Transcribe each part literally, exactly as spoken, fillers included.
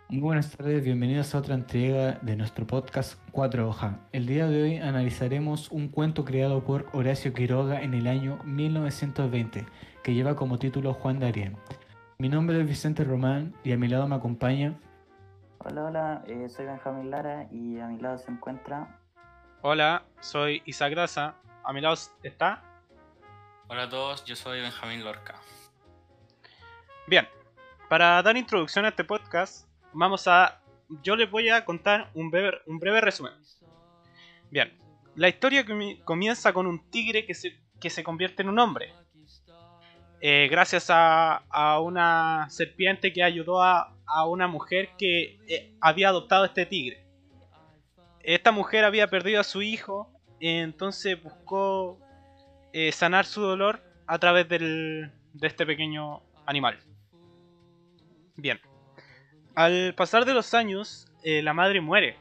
Muy buenas tardes, bienvenidos a otra entrega de nuestro podcast Cuatro Hojas. El día de hoy analizaremos un cuento creado por Horacio Quiroga en el año mil novecientos veinte, que lleva como título Juan de Arién. Mi nombre es Vicente Román y a mi lado me acompaña. Hola, hola, eh, soy Benjamín Lara y a mi lado se encuentra. Hola, soy Isaac Daza. A mi lado está. Hola a todos, yo soy Benjamín Lorca. Bien, para dar introducción a este podcast, vamos a. Yo les voy a contar un breve, un breve resumen. Bien, la historia comi- comienza con un tigre que se, que se convierte en un hombre. Eh, gracias a, a una serpiente que ayudó a, a una mujer que eh, había adoptado este tigre. Esta mujer había perdido a su hijo, entonces buscó eh, sanar su dolor a través del, de este pequeño animal. Bien, al pasar de los años, eh, la madre muere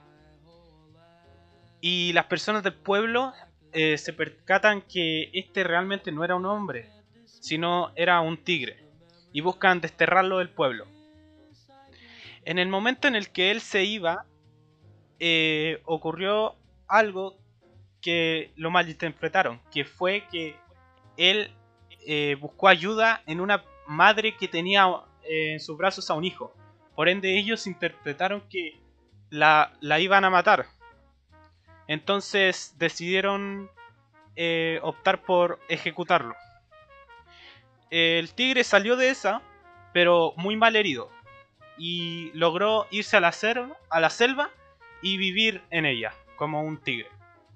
y las personas del pueblo eh, se percatan que este realmente no era un hombre, sino era un tigre, y buscan desterrarlo del pueblo. En el momento en el que él se iba, eh, ocurrió algo que lo malinterpretaron, que fue que él eh, buscó ayuda en una madre que tenía eh, en sus brazos a un hijo. Por ende ellos interpretaron que la, la iban a matar. Entonces decidieron eh, optar por ejecutarlo. El tigre salió de esa, pero muy mal herido. Y logró irse a la, selva, a la selva y vivir en ella, como un tigre.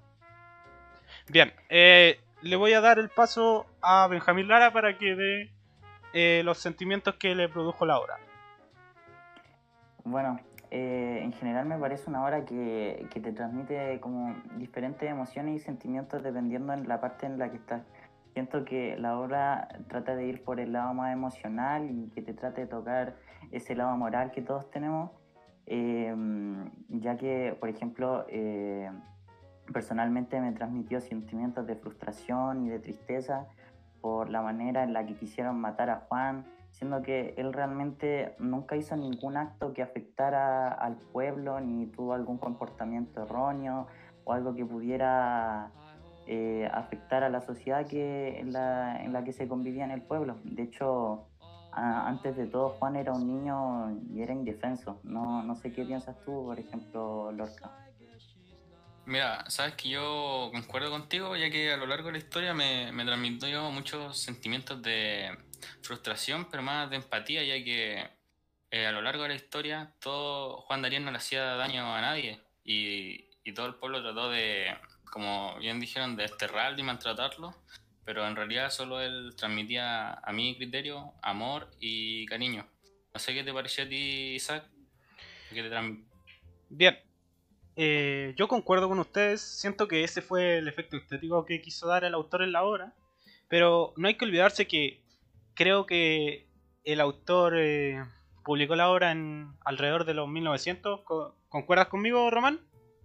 Bien, eh, le voy a dar el paso a Benjamín Lara para que dé eh, los sentimientos que le produjo la obra. Bueno, eh, en general me parece una obra que, que te transmite como diferentes emociones y sentimientos dependiendo en la parte en la que estás. Siento que la obra trata de ir por el lado más emocional y que te trate de tocar ese lado moral que todos tenemos, eh, ya que, por ejemplo, eh, personalmente me transmitió sentimientos de frustración y de tristeza por la manera en la que quisieron matar a Juan, siendo que él realmente nunca hizo ningún acto que afectara al pueblo, ni tuvo algún comportamiento erróneo o algo que pudiera eh, afectar a la sociedad que, en, la, en la que se convivía en el pueblo. De hecho, a, antes de todo, Juan era un niño y era indefenso. No, no sé qué piensas tú, por ejemplo, Lorca. Mira, sabes que yo concuerdo contigo, ya que a lo largo de la historia me, me transmitió muchos sentimientos de frustración, pero más de empatía, ya que eh, a lo largo de la historia todo Juan de Arién no le hacía daño a nadie y, y todo el pueblo trató de, como bien dijeron, de desterrarlo y maltratarlo, pero en realidad solo él transmitía, a mi criterio, amor y cariño. No sé qué te pareció a ti, Isaac, qué te transmitió. Bien, eh, yo concuerdo con ustedes, siento que ese fue el efecto estético que quiso dar el autor en la obra, pero no hay que olvidarse que creo que el autor eh, publicó la obra en alrededor de los mil novecientos. ¿Co- ¿Concuerdas conmigo, Román?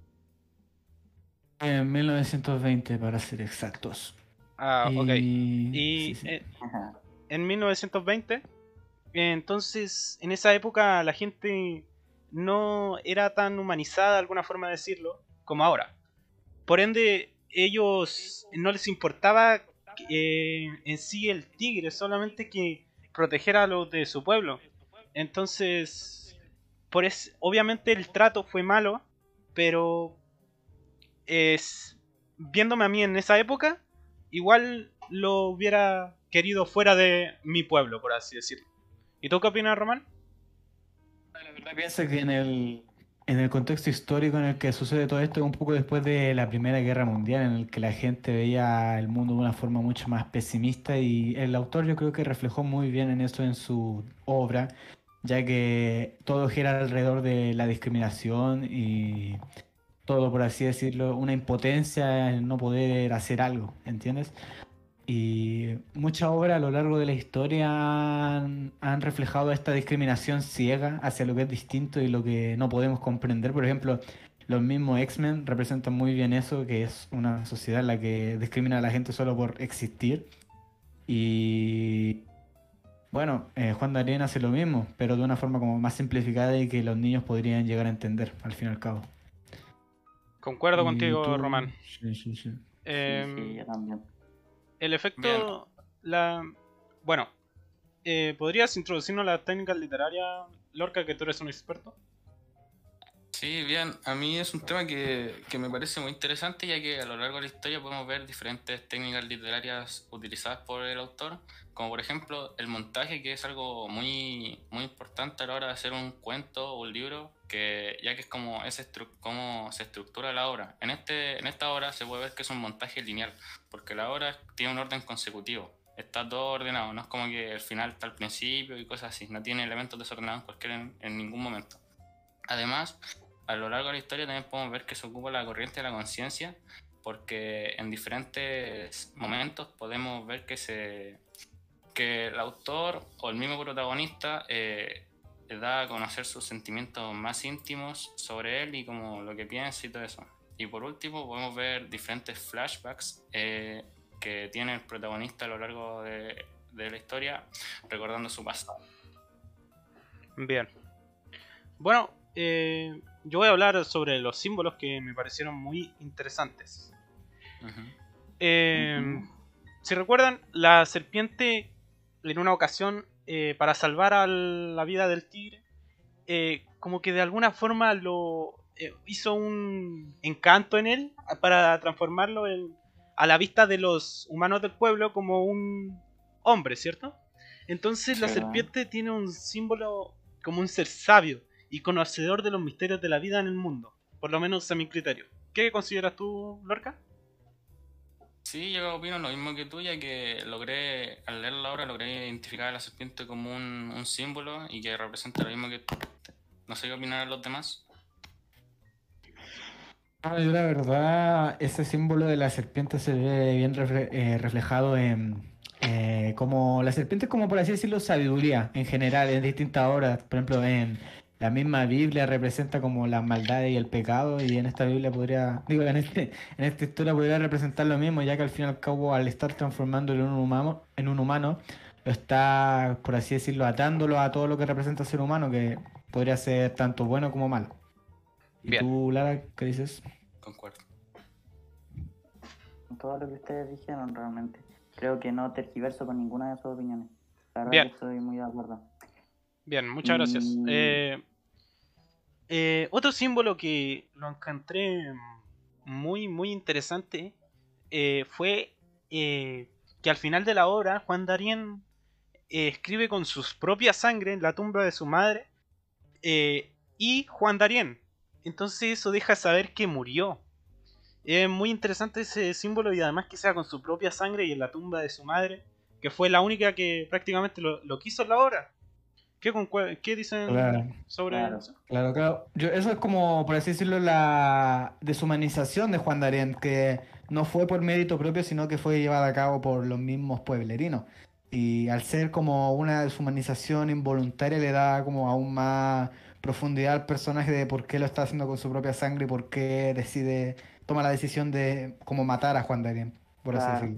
En mil novecientos veinte para ser exactos. Ah, ok. Y sí, Y sí. eh, en mil novecientos veinte, entonces, en esa época la gente no era tan humanizada, de alguna forma de decirlo, como ahora. Por ende, ellos no les importaba eh, en sí el tigre, solamente que proteger a los de su pueblo. Entonces, por es, obviamente el trato fue malo, pero es, viéndome a mí en esa época, igual lo hubiera querido fuera de mi pueblo, por así decirlo. ¿Y tú qué opinas, Román? La verdad pienso que en el, en el contexto histórico en el que sucede todo esto, un poco después de la Primera Guerra Mundial, en el que la gente veía el mundo de una forma mucho más pesimista, y el autor yo creo que reflejó muy bien en eso en su obra, ya que todo gira alrededor de la discriminación y todo, por así decirlo, una impotencia en no poder hacer algo, ¿entiendes? Y muchas obras a lo largo de la historia han, han reflejado esta discriminación ciega hacia lo que es distinto y lo que no podemos comprender. Por ejemplo, los mismos X-Men representan muy bien eso, que es una sociedad en la que discrimina a la gente solo por existir. Y Bueno, eh, Juan Darien hace lo mismo, pero de una forma como más simplificada y que los niños podrían llegar a entender, al fin y al cabo. Concuerdo Y contigo, tú, Román. sí, sí, sí. Eh, Sí, sí, yo también. el Bien. efecto, la, bueno, eh, ¿podrías introducirnos las técnicas literarias, Lorca, que tú eres un experto? Sí, bien, a mí es un tema que, que me parece muy interesante, ya que a lo largo de la historia podemos ver diferentes técnicas literarias utilizadas por el autor, como por ejemplo el montaje, que es algo muy, muy importante a la hora de hacer un cuento o un libro, que, ya que es como es estru- cómo se estructura la obra. En, este, en esta obra se puede ver que es un montaje lineal, porque la obra tiene un orden consecutivo. Está todo ordenado, no es como que el final está al principio y cosas así, no tiene elementos desordenados en, cualquier, en, en ningún momento. Además, a lo largo de la historia también podemos ver que se ocupa la corriente de la conciencia, porque en diferentes momentos podemos ver que, se, que el autor o el mismo protagonista eh, da a conocer sus sentimientos más íntimos sobre él y como lo que piensa y todo eso. Y por último podemos ver diferentes flashbacks eh, que tiene el protagonista a lo largo de, de la historia recordando su pasado. Bien. Bueno, eh, yo voy a hablar sobre los símbolos que me parecieron muy interesantes. Uh-huh. Eh, Ujú. Si recuerdan, la serpiente en una ocasión, eh, para salvar a la vida del tigre, eh, como que de alguna forma lo eh, hizo un encanto en él para transformarlo en, a la vista de los humanos del pueblo como un hombre, ¿cierto? Entonces la Sí. serpiente tiene un símbolo como un ser sabio y conocedor de los misterios de la vida en el mundo, por lo menos a mi criterio. ¿Qué consideras tú, Lorca? Sí, yo opino lo mismo que tú, ya que logré, al leer la obra, logré identificar a la serpiente como un, un símbolo y que representa lo mismo que tú. No sé qué opinarán los demás. Ah, yo la verdad, ese símbolo de la serpiente se ve bien refle- eh, reflejado en eh, como la serpiente es como por así decirlo sabiduría en general en distintas obras. Por ejemplo, en la misma Biblia representa como la maldad y el pecado y en esta Biblia podría, digo, en este, en esta historia podría representar lo mismo, ya que al fin y al cabo al estar transformándolo en un humano, en un humano, lo está, por así decirlo, atándolo a todo lo que representa ser humano, que podría ser tanto bueno como malo. ¿Y Bien, tú, Lara, qué dices? Concuerdo. Con todo lo que ustedes dijeron realmente. Creo que no tergiverso con ninguna de sus opiniones. La verdad bien, que estoy muy de acuerdo. bien, muchas gracias. Y Eh, eh, otro símbolo que lo encontré muy, muy interesante eh, fue eh, que al final de la obra Juan Darien eh, escribe con sus propias sangre en la tumba de su madre eh, y Juan Darien. Entonces eso deja saber que murió. Es muy interesante ese símbolo y además que sea con su propia sangre y en la tumba de su madre, que fue la única que prácticamente lo, lo quiso en la obra. ¿Qué, concue- ¿Qué dicen Claro, sobre claro, eso? claro, claro. Yo, eso es como, por así decirlo, la deshumanización de Juan Darien, que no fue por mérito propio, sino que fue llevada a cabo por los mismos pueblerinos. Y al ser como una deshumanización involuntaria, le da como aún más profundidad al personaje de por qué lo está haciendo con su propia sangre y por qué decide, toma la decisión de como matar a Juan Darien, por así claro. decirlo.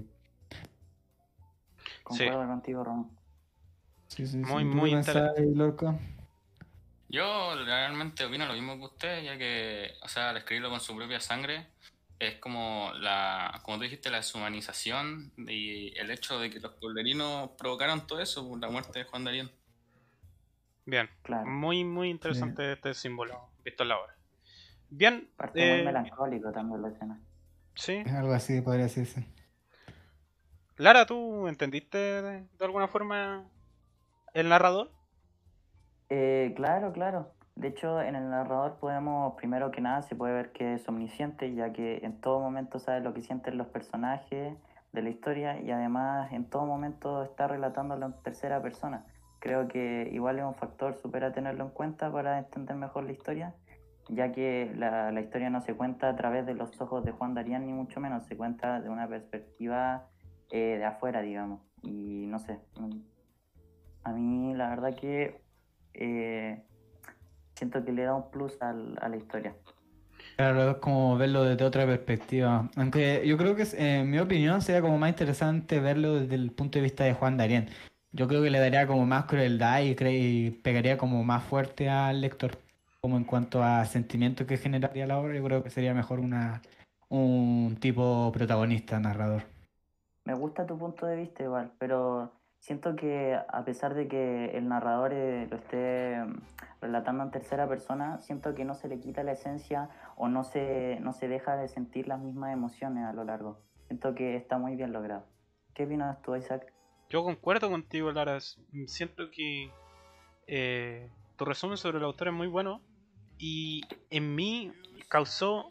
Sí, Concuerdo contigo, Ron. Sí, sí, sí. muy, ¿Y tú qué muy pensás, interesante. Lorca? Yo realmente opino lo mismo que usted, ya que, o sea, al escribirlo con su propia sangre, es como la, como tú dijiste, la deshumanización y el hecho de que los pueblerinos provocaron todo eso, por la muerte de Juan Darien. Bien, Claro. muy, muy Sí, interesante este símbolo visto en la obra. Bien, Parte muy eh, melancólico también la escena. sí. algo así podría decirse. Lara, ¿tú entendiste de, de alguna forma el narrador? Eh, claro, claro. De hecho, en el narrador podemos, primero que nada, se puede ver que es omnisciente, ya que en todo momento sabe lo que sienten los personajes de la historia y además en todo momento está relatándolo en tercera persona. Creo que igual es un factor súper a tenerlo en cuenta para entender mejor la historia, ya que la, la historia no se cuenta a través de los ojos de Juan Darían, ni mucho menos, se cuenta de una perspectiva eh, de afuera, digamos. Y no sé, mm, a mí la verdad que eh, siento que le da un plus al- a la historia. Claro, es como verlo desde otra perspectiva. Aunque yo creo que, es- en mi opinión, sería como más interesante verlo desde el punto de vista de Juan Darien. Yo creo que le daría como más crueldad y, cre- y pegaría como más fuerte al lector. Como en cuanto a sentimientos que generaría la obra, yo creo que sería mejor una, un tipo protagonista, narrador. Me gusta tu punto de vista igual, pero siento que a pesar de que el narrador eh, lo esté mm, relatando en tercera persona, siento que no se le quita la esencia o no se, no se deja de sentir las mismas emociones a lo largo. Siento que está muy bien logrado. ¿Qué opinas tú, Isaac? Yo concuerdo contigo, Lara. S- Siento que eh, tu resumen sobre el autor es muy bueno y en mí causó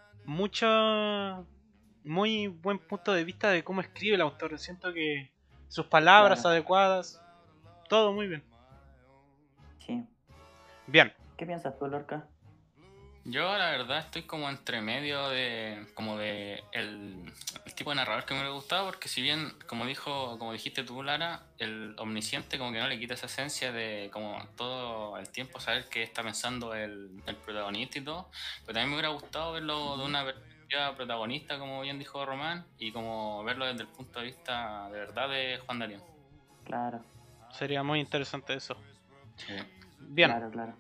mucha muy buen punto de vista de cómo escribe el autor. Siento que sus palabras Claro, adecuadas, todo muy bien. sí. Bien, ¿Qué piensas tú, Lorca? Yo la verdad estoy como entre medio de como de el, el tipo de narrador que me hubiera gustado, porque si bien como dijo, como dijiste tú, Lara, el omnisciente como que no le quita esa esencia de como todo el tiempo saber qué está pensando el, el protagonista y todo, pero también me hubiera gustado verlo de una perspectiva protagonista, como bien dijo Román, y como verlo desde el punto de vista de verdad de Juan Darío. Claro, sería muy interesante eso. Sí. Bien, claro, claro.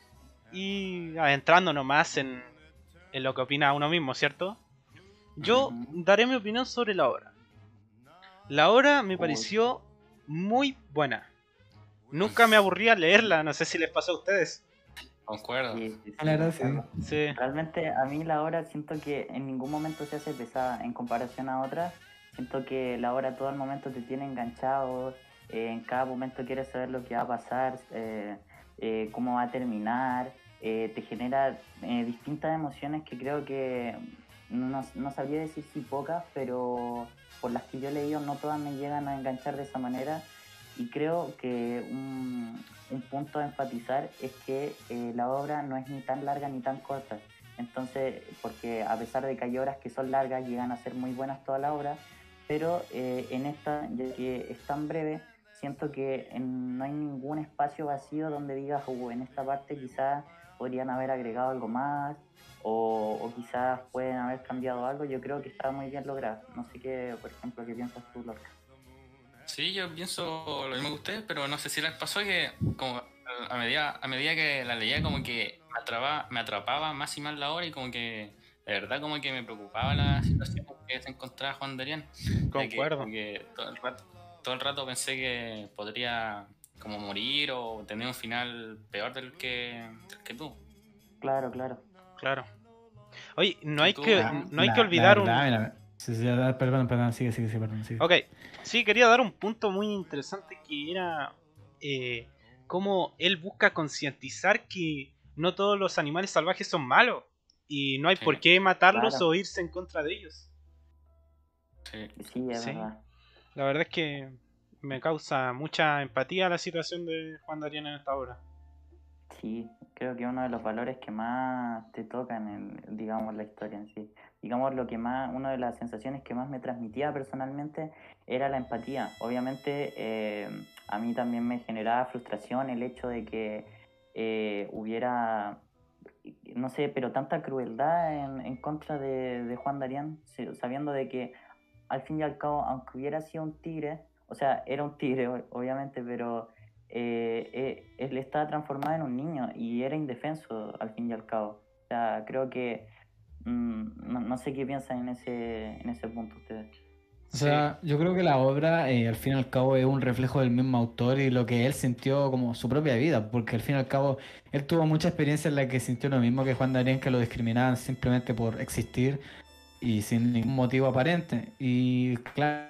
y adentrándonos más en, en lo que opina uno mismo, ¿cierto? Yo Ujú. daré mi opinión sobre la obra. La obra me Uy, pareció muy buena. Nunca me aburría leerla, no sé si les pasó a ustedes. Concuerdo. sí, sí, Ah, sí, la te verdad, sí. entiendo. Sí, Realmente a mí la obra siento que en ningún momento se hace pesada en comparación a otras. Siento que la obra todo el momento te tiene enganchado, eh, en cada momento quieres saber lo que va a pasar, eh, eh, cómo va a terminar, eh, te genera eh, distintas emociones que creo que no, no sabría decir si pocas, pero por las que yo he leído no todas me llegan a enganchar de esa manera. Y creo que un, un punto a enfatizar es que eh, la obra no es ni tan larga ni tan corta. Entonces, porque a pesar de que hay obras que son largas, llegan a ser muy buenas toda la obra, pero eh, en esta, ya que es tan breve, siento que en- no hay ningún espacio vacío donde digas, "Uh, en esta parte quizás podrían haber agregado algo más, o, o quizás pueden haber cambiado algo". Yo creo que está muy bien logrado. No sé qué, por ejemplo, qué piensas tú, Lorca. Sí, yo pienso lo mismo que ustedes, pero no sé si les pasó que como a medida, a medida que la leía como que me atrapaba, me atrapaba más y más la obra y como que de verdad como que me preocupaba la situación en que se encontraba Juan Darién, ya que concuerdo. como que todo el rato, todo el rato pensé que podría como morir o tener un final peor del que, del que tuvo. Claro, claro. Claro. Oye, no ¿Y hay tú, que, La, Román? no hay que la, la olvidar verdad, un... mira, sí, sí, ah, perdón, perdón, sigue, sigue, sigue, perdón, sigue. Ok, sí, quería dar un punto muy interesante que era eh, cómo él busca concientizar que no todos los animales salvajes son malos y no hay Sí, por qué matarlos Claro, o irse en contra de ellos. sí. sí, es Sí, verdad. la verdad es que me causa mucha empatía la situación de Juan Darien en esta obra. Sí, creo que uno de los valores que más te tocan en, digamos, la historia en sí. Digamos, lo que más, una de las sensaciones que más me transmitía personalmente era la empatía. Obviamente, eh, a mí también me generaba frustración el hecho de que eh, hubiera, no sé, pero tanta crueldad en, en contra de, de Juan Darién, sí, sabiendo de que al fin y al cabo, aunque hubiera sido un tigre, o sea, era un tigre, o- obviamente, pero eh, eh, él estaba transformado en un niño y era indefenso al fin y al cabo. O sea, creo que mm, no, no sé qué piensan en ese, en ese punto ustedes. O Sí, sea, yo creo que la obra, eh, al fin y al cabo, es un reflejo del mismo autor y lo que él sintió como su propia vida, porque al fin y al cabo, él tuvo mucha experiencia en la que sintió lo mismo que Juan Darien, que lo discriminaban simplemente por existir y sin ningún motivo aparente. Y claro,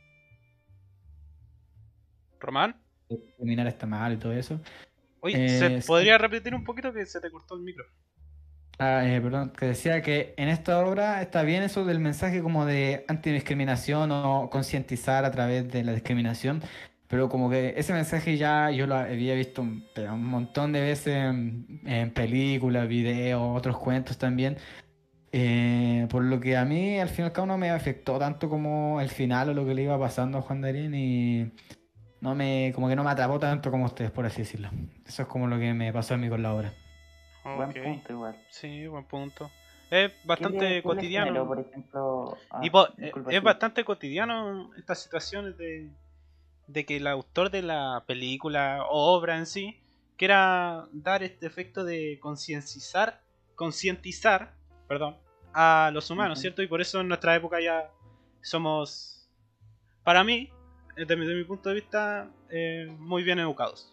Román. discriminar está mal y todo eso. Oye, ¿se Eh, podría repetir un poquito que se te cortó el micro? Ah, eh, perdón, que decía que en esta obra está bien eso del mensaje como de antidiscriminación o concientizar a través de la discriminación, pero como que ese mensaje ya yo lo había visto un, pero un montón de veces en, en películas, videos, otros cuentos también, eh, por lo que a mí al fin y al cabo no me afectó tanto como el final o lo que le iba pasando a Juan Darín y no me, como que no me atrapó tanto como ustedes, por así decirlo. Eso es como lo que me pasó a mí con la obra. Buen Ok, punto igual. sí, buen punto. Es ¿Qué le, bastante qué le generó, cotidiano. por ejemplo? Y Ah, po- eh, disculpa, es sí. bastante cotidiano estas situaciones de, de que el autor de la película o obra en sí quiera dar este efecto de concienciar, concientizar, perdón, a los humanos, Ujú. ¿cierto? Y por eso en nuestra época ya somos, para mí, desde mi, desde mi punto de vista, eh, muy bien educados.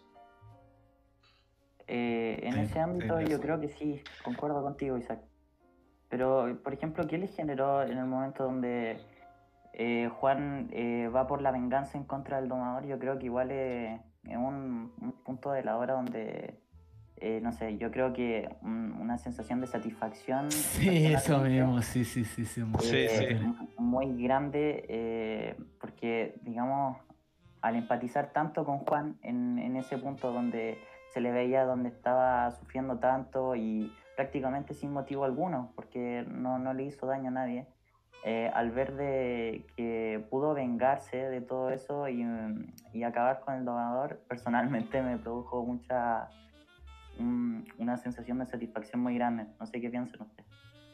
Eh, en Sí, ese ámbito sí, yo sí. creo que sí, concuerdo contigo, Isaac. Pero, por ejemplo, ¿qué les generó en el momento donde eh, Juan eh, va por la venganza en contra del domador? Yo creo que igual es, es un, un punto de la obra donde, eh, no sé, yo creo que un- una sensación de satisfacción Sí, eso personalmente mismo, sí, sí, sí, sí, muy Sí, sí. eh, cierto. m- muy grande, eh, porque, digamos, al empatizar tanto con Juan en, en ese punto donde se le veía donde estaba sufriendo tanto y prácticamente sin motivo alguno, porque no, no le hizo daño a nadie, eh, al ver de que pudo vengarse de todo eso y, mm, y acabar con el domador, personalmente me produjo mucha, mm, una sensación de satisfacción muy grande. No sé qué piensan ustedes.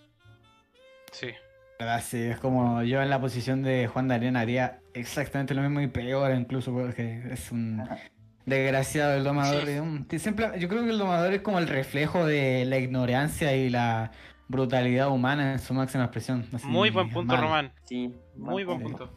Sí. ¿Verdad? Sí, es como yo en la posición de Juan de Arena haría exactamente lo mismo y peor incluso porque es un desgraciado el domador. y un- que siempre, yo creo que el domador es como el reflejo de la ignorancia y la brutalidad humana en su máxima expresión, Muy buen así punto, mal. Román. Sí, buen Muy buen Sí. punto. punto.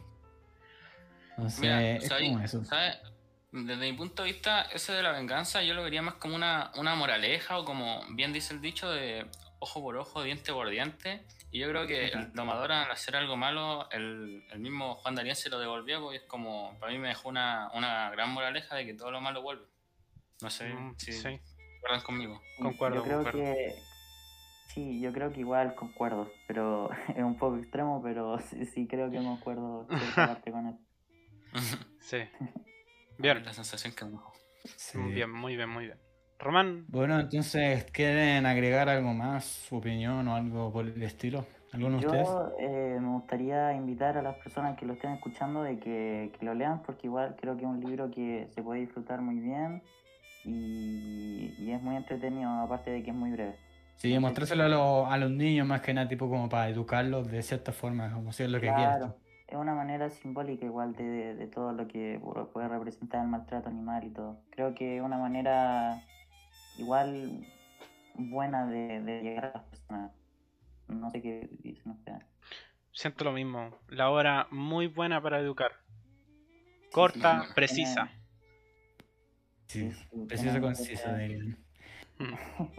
Mira, Entonces, es ¿sabes? como eso. ¿Sabes? Desde mi punto de vista, ese de la venganza yo lo vería más como una, una moraleja o como bien dice el dicho de ojo por ojo, diente por diente. Y yo creo que el domador al hacer algo malo, el, el mismo Juan Darien se lo devolvió, porque es como, para mí me dejó una, una gran moraleja de que todo lo malo vuelve. No sé Mm, si sí, recuerdan conmigo. Yo concuerdo, creo concuerdo. que sí, yo creo que igual concuerdo, pero es un poco extremo, pero sí, sí creo que concuerdo cierta parte con él. Sí. Ah, Bien, la sensación que me dejó. Sí. bien, muy bien, muy bien. Román, Bueno, entonces, ¿quieren agregar algo más, su opinión o algo por el estilo? ¿Alguno de ustedes? Yo eh, me gustaría invitar a las personas que lo estén escuchando de que, que lo lean, porque igual creo que es un libro que se puede disfrutar muy bien y, y es muy entretenido, aparte de que es muy breve. Sí, No sé si... mostrárselo a, los- a los niños más que nada, tipo como para educarlos de cierta forma, como si es lo que quieres tú. Claro, es una manera simbólica igual de, de, de todo lo que pu- puede representar el maltrato animal y todo. Creo que es una manera igual buena de, de llegar a las personas. No sé qué dicen ustedes. siento lo mismo. La hora muy buena para educar. Sí, sí, Muy Corta, sí. bueno. precisa. Tiene, Sí, sí, sí, preciso, tiene conciso, ese- dirían. Mm.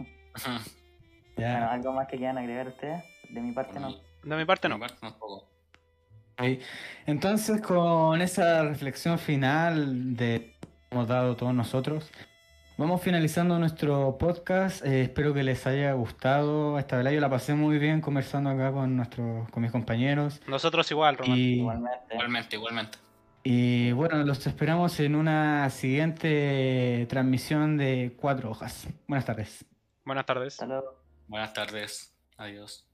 Bueno, Ya. ¿algo más que quieran agregar ustedes? De mi parte Por no. mi, De mi parte por mi no. parte tampoco. Ok. Entonces, con esa reflexión final de hemos dado todos nosotros, vamos finalizando nuestro podcast. Eh, espero que les haya gustado. Esta vez yo la pasé muy bien conversando acá con nuestros, con mis compañeros. Nosotros igual, Román. Y, Igualmente. Igualmente, igualmente. y bueno, los esperamos en una siguiente transmisión de Cuatro Hojas. Buenas tardes. Buenas tardes. Hasta luego. Buenas tardes. Adiós.